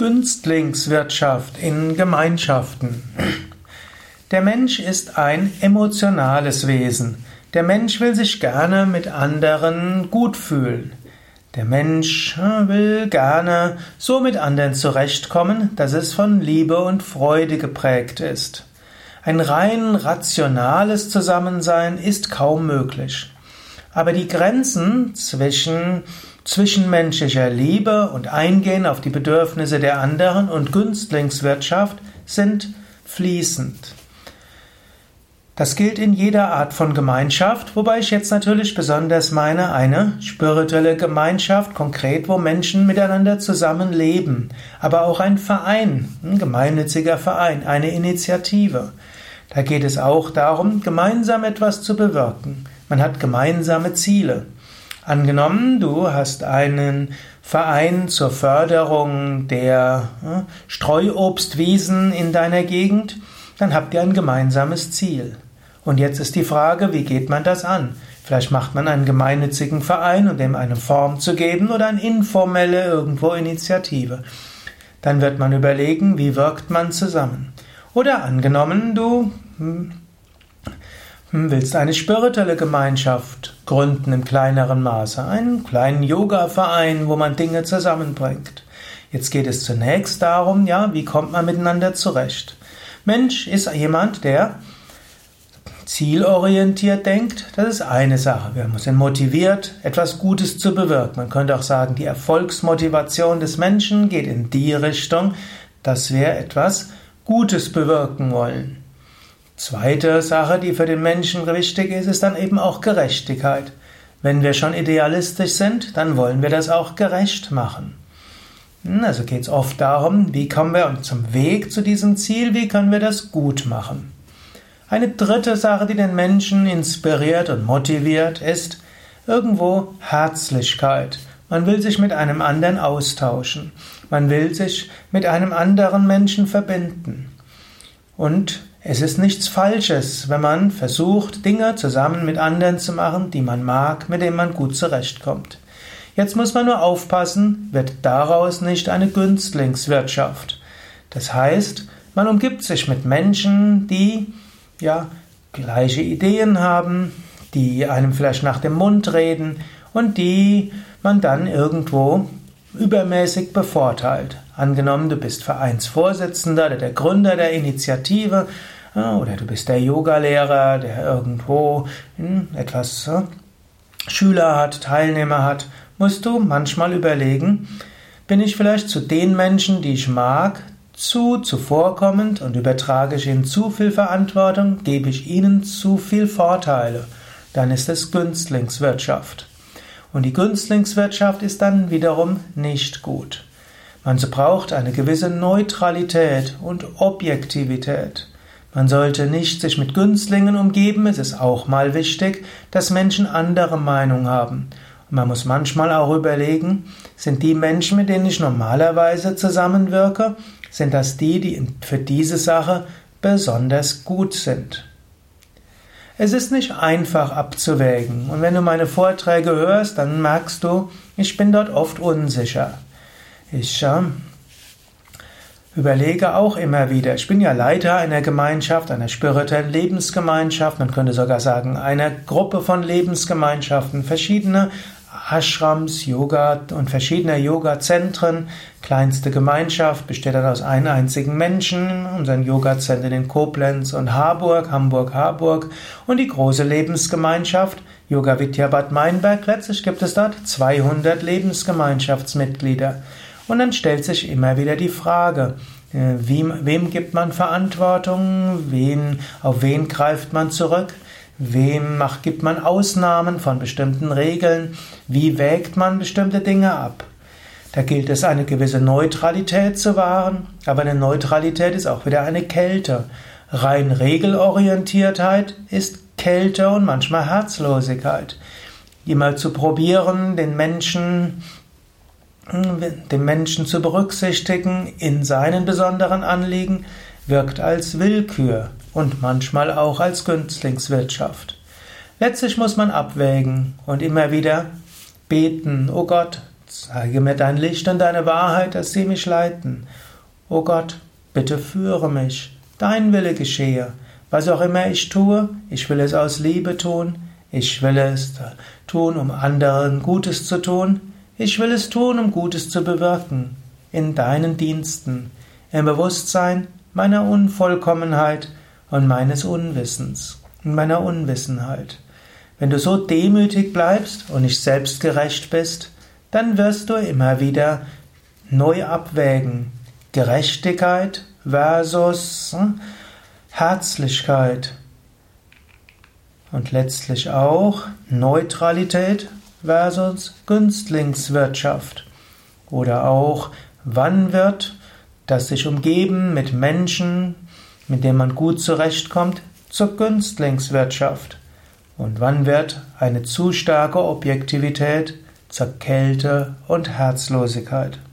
Günstlingswirtschaft in Gemeinschaften. Der Mensch ist ein emotionales Wesen. Der Mensch will sich gerne mit anderen gut fühlen. Der Mensch will gerne so mit anderen zurechtkommen, dass es von Liebe und Freude geprägt ist. Ein rein rationales Zusammensein ist kaum möglich. Aber die Grenzen zwischen zwischenmenschlicher Liebe und Eingehen auf die Bedürfnisse der anderen und Günstlingswirtschaft sind fließend. Das gilt in jeder Art von Gemeinschaft, wobei ich jetzt natürlich besonders meine eine spirituelle Gemeinschaft, konkret, wo Menschen miteinander zusammenleben, aber auch ein Verein, ein gemeinnütziger Verein, eine Initiative. Da geht es auch darum, gemeinsam etwas zu bewirken. Man hat gemeinsame Ziele. Angenommen, du hast einen Verein zur Förderung der Streuobstwiesen in deiner Gegend, dann habt ihr ein gemeinsames Ziel. Und jetzt ist die Frage, wie geht man das an? Vielleicht macht man einen gemeinnützigen Verein, um dem eine Form zu geben, oder eine informelle irgendwo Initiative. Dann wird man überlegen, wie wirkt man zusammen. Oder angenommen, du willst eine spirituelle Gemeinschaft gründen im kleineren Maße, einen kleinen Yoga-Verein, wo man Dinge zusammenbringt. Jetzt geht es zunächst darum, wie kommt man miteinander zurecht? Mensch ist jemand, der zielorientiert denkt, das ist eine Sache. Wir sind motiviert, etwas Gutes zu bewirken. Man könnte auch sagen, die Erfolgsmotivation des Menschen geht in die Richtung, dass wir etwas Gutes bewirken wollen. Zweite Sache, die für den Menschen wichtig ist, ist dann eben auch Gerechtigkeit. Wenn wir schon idealistisch sind, dann wollen wir das auch gerecht machen. Also geht es oft darum, wie kommen wir zum Weg zu diesem Ziel, wie können wir das gut machen. Eine dritte Sache, die den Menschen inspiriert und motiviert, ist irgendwo Herzlichkeit. Man will sich mit einem anderen austauschen. Man will sich mit einem anderen Menschen verbinden. Und es ist nichts Falsches, wenn man versucht, Dinge zusammen mit anderen zu machen, die man mag, mit denen man gut zurechtkommt. Jetzt muss man nur aufpassen, wird daraus nicht eine Günstlingswirtschaft. Das heißt, man umgibt sich mit Menschen, die gleiche Ideen haben, die einem vielleicht nach dem Mund reden und die man dann irgendwo übermäßig bevorteilt. Angenommen, du bist Vereinsvorsitzender oder der Gründer der Initiative oder du bist der Yogalehrer, der irgendwo etwas Schüler hat, Teilnehmer hat, musst du manchmal überlegen, bin ich vielleicht zu den Menschen, die ich mag, zuvorkommend und übertrage ich ihnen zu viel Verantwortung, gebe ich ihnen zu viel Vorteile, dann ist es Günstlingswirtschaft. Und die Günstlingswirtschaft ist dann wiederum nicht gut. Man braucht eine gewisse Neutralität und Objektivität. Man sollte nicht sich mit Günstlingen umgeben, es ist auch mal wichtig, dass Menschen andere Meinung haben. Und man muss manchmal auch überlegen, sind die Menschen, mit denen ich normalerweise zusammenwirke, sind das die für diese Sache besonders gut sind. Es ist nicht einfach abzuwägen. Und wenn du meine Vorträge hörst, dann merkst du, ich bin dort oft unsicher. Ich überlege auch immer wieder, ich bin ja Leiter einer Gemeinschaft, einer spirituellen Lebensgemeinschaft, man könnte sogar sagen, einer Gruppe von Lebensgemeinschaften, verschiedene Ashrams, Yoga und verschiedene Yoga-Zentren. Kleinste Gemeinschaft besteht dann aus einem einzigen Menschen, unseren Yoga-Zentren in Koblenz und Hamburg. Und die große Lebensgemeinschaft, Yoga Vidya Bad Meinberg, letztlich gibt es dort 200 Lebensgemeinschaftsmitglieder. Und dann stellt sich immer wieder die Frage, wem gibt man Verantwortung, auf wen greift man zurück? Gibt man Ausnahmen von bestimmten Regeln? Wie wägt man bestimmte Dinge ab? Da gilt es, eine gewisse Neutralität zu wahren, aber eine Neutralität ist auch wieder eine Kälte. Rein Regelorientiertheit ist Kälte und manchmal Herzlosigkeit. Immer zu probieren, den Menschen zu berücksichtigen in seinen besonderen Anliegen, wirkt als Willkür und manchmal auch als Günstlingswirtschaft. Letztlich muss man abwägen und immer wieder beten, oh Gott, Zeige mir dein Licht und deine Wahrheit, dass sie mich leiten. O Gott, bitte führe mich. Dein Wille geschehe. Was auch immer ich tue, ich will es aus Liebe tun. Ich will es tun, um anderen Gutes zu tun. Ich will es tun, um Gutes zu bewirken. In deinen Diensten. Im Bewusstsein meiner Unvollkommenheit und meines Unwissens und meiner Unwissenheit. Wenn du so demütig bleibst und nicht selbstgerecht bist, dann wirst du immer wieder neu abwägen. Gerechtigkeit versus Herzlichkeit. Und letztlich auch Neutralität versus Günstlingswirtschaft. Oder auch, wann wird das sich umgeben mit Menschen, mit denen man gut zurechtkommt, zur Günstlingswirtschaft. Und wann wird eine zu starke Objektivität zur Kälte und Herzlosigkeit.